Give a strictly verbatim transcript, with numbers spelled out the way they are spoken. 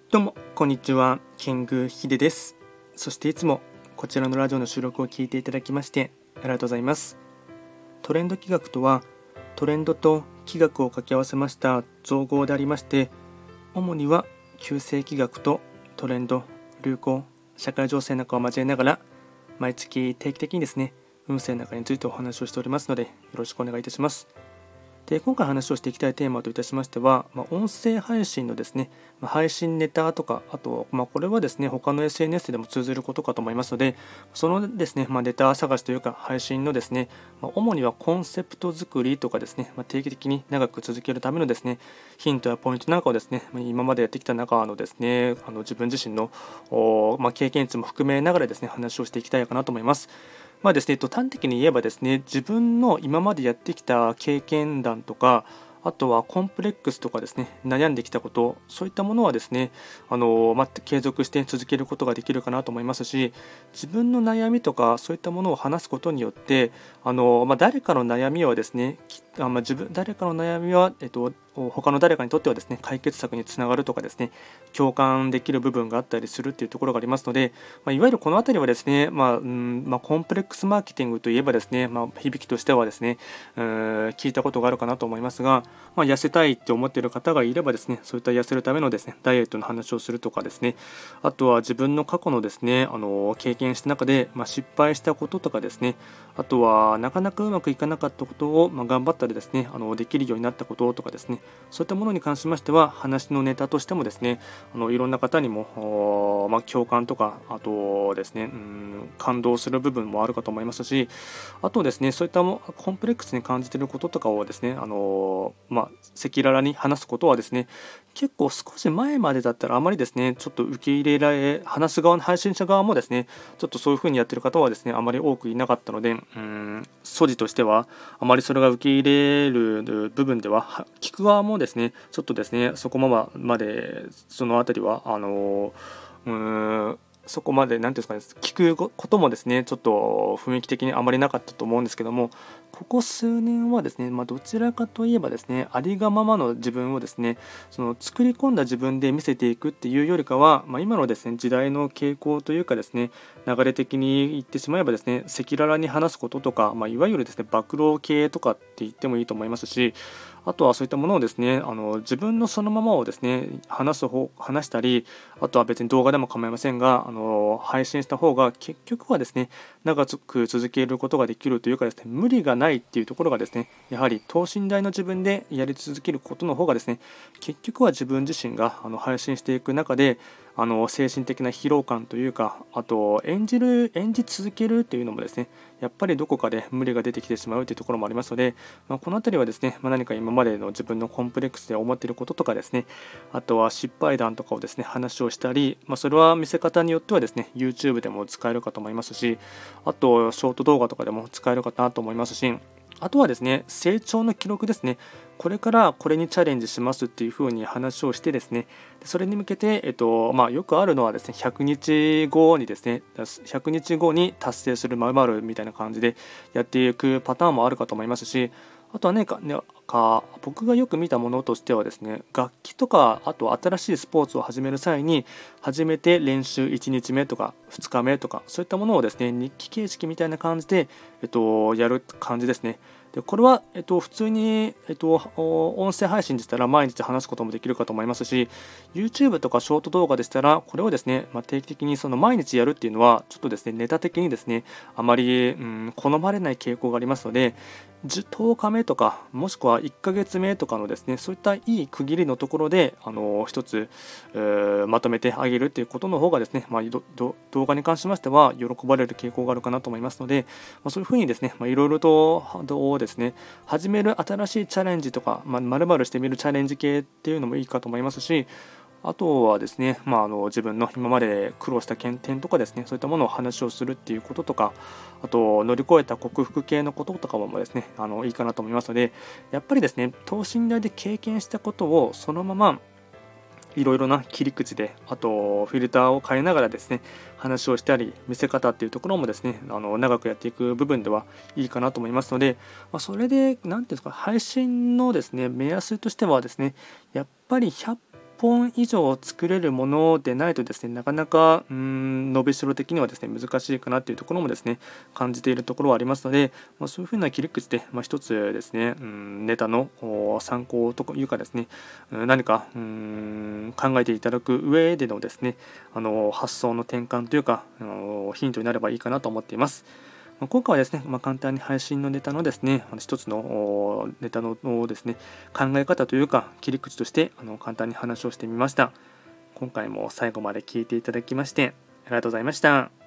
どうもこんにちは、ケングヒデです。そしていつもこちらのラジオの収録を聞いていただきましてありがとうございます。トレンド企画とは、トレンドと企画を掛け合わせました造語でありまして、主には旧世企画とトレンド、流行、社会情勢なんかを交えながら毎月定期的にですね、運勢の中についてお話をしておりますので、よろしくお願いいたします。で今回話をしていきたいテーマといたしましては、まあ、音声配信のですね、まあ、配信ネタとか、あと、まあ、これはですね、他の エスエヌエス でも通ずることかと思いますので、そのですね、まあ、ネタ探しというか、配信のですね、まあ、主にはコンセプト作りとかですね、まあ、定期的に長く続けるためのですね、ヒントやポイントなんかをですね、まあ、今までやってきた中のですね、あの自分自身の、まあ、経験値も含めながらですね、話をしていきたいかなと思います。まあですね、端的に言えばですね、自分の今までやってきた経験談とか、あとはコンプレックスとかですね、悩んできたこと、そういったものはですね、あのまあ、継続して続けることができるかなと思いますし、自分の悩みとかそういったものを話すことによって、あのまあ、誰かの悩みはですね、あまあ、自分誰かの悩みは、えっと、他の誰かにとってはですね、解決策につながるとかですね、共感できる部分があったりするっていうところがありますので、まあ、いわゆるこのあたりはですね、まあうんまあ、コンプレックスマーケティングといえばですね、まあ、響きとしてはですね、うー聞いたことがあるかなと思いますが、まあ、痩せたいって思っている方がいればですね、そういった痩せるためのですね、ダイエットの話をするとかですね、あとは自分の過去のですね、あの経験した中で、まあ、失敗したこととかですね、あとはなかなかうまくいかなかったことを、まあ、頑張ったらですね、あのできるようになったこととかですね、そういったものに関しましては、話のネタとしてもですね、あのいろんな方にも、まあ、共感とか、あとですね、うん感動する部分もあるかと思いますし、あとですね、そういったもコンプレックスに感じていることとかをですね、あのまあ、赤裸々に話すことはですね、結構少し前までだったらあまりですね、ちょっと受け入れられ、話す側の配信者側もですね、ちょっとそういう風にやっている方はですね、あまり多くいなかったので、うーん、素地としては、あまりそれが受け入れる部分では、は聞く側もですね、ちょっとですね、そこまで、そのあたりは、あのうーん、そこまで、なんていうんですかね、聞くこともですね、ちょっと雰囲気的にあまりなかったと思うんですけども、ここ数年はですね、まあ、どちらかといえばですね、ありがままの自分をですね、その作り込んだ自分で見せていくっていうよりかは、まあ、今のですね、時代の傾向というかですね、流れ的に言ってしまえばですね、赤裸々に話すこととか、まあ、いわゆるですね、暴露系とかって言ってもいいと思いますし、あとはそういったものをですね、あの自分のそのままをですね、話す方話したり、あとは別に動画でも構いませんが、あの配信した方が結局はですね、長く続けることができるというかですね、無理がないっていうところがですね、やはり等身大の自分でやり続けることの方がですね、結局は自分自身があの配信していく中で、あの精神的な疲労感というか、あと演じる演じ続けるというのもですね、やっぱりどこかで無理が出てきてしまうというところもありますので、まあ、この辺りはですね、まあ、何か今までの自分のコンプレックスで思っていることとかですね、あとは失敗談とかをですね、話をしたり、まあ、それは見せ方によってはですね、YouTube でも使えるかと思いますし、あとショート動画とかでも使えるかなと思いますし、あとはですね、成長の記録ですね。これからこれにチャレンジしますっていうふうに話をしてですね、それに向けて、えっとまあ、よくあるのはですね、ひゃくにちごにですね、ひゃくにちごに達成する〇〇みたいな感じでやっていくパターンもあるかと思いますし、あとはねかねか僕がよく見たものとしてはですね、楽器とか、あと新しいスポーツを始める際に、初めて練習いちにちめとかふつかめとか、そういったものをですね、日記形式みたいな感じで、えっと、やる感じですね。でこれは、えっと、普通に、えっと、音声配信でしたら毎日話すこともできるかと思いますし、 YouTube とかショート動画でしたらこれをですね、まあ、定期的にその毎日やるっていうのはちょっとですね、ネタ的にですね、あまり、うん、好まれない傾向がありますので、とおかめとか、もしくはいっかげつめとかのですね、そういったいい区切りのところで、あの一つ、えーまとめてあげるということの方がですね、まあ、どど動画に関しましては喜ばれる傾向があるかなと思いますので、まあ、そういうふうにですね、まあ、いろいろとどうですね、始める新しいチャレンジとか、まあ、丸々してみるチャレンジ系っていうのもいいかと思いますし、あとはですね、まあ、あの自分の今まで苦労した経験とかですね、そういったものを話をするっていうこととか、あと乗り越えた克服系のこととかもですね、あのいいかなと思いますので、やっぱりですね、等身大で経験したことをそのままいろいろな切り口で、あとフィルターを変えながらですね、話をしたり見せ方っていうところもですね、あの長くやっていく部分ではいいかなと思いますので、まあ、それで何ていうんですか、配信のですね目安としてはですね、やっぱりひゃっぽん以上作れるものでないとですね、なかなかうーん伸びしろ的にはですね難しいかなというところもですね感じているところはありますので、まあ、そういうふうな切り口で、まあ、一つですね、うん、ネタのお参考というかですね、うん何かうーん考えていただく上でのですね、あの発想の転換というか、あのヒントになればいいかなと思っています。まあ今回はですね、まあ、簡単に配信のネタのですね、あの一つのおネタのおですね、考え方というか切り口としてあの簡単に話をしてみました。今回も最後まで聞いていただきましてありがとうございました。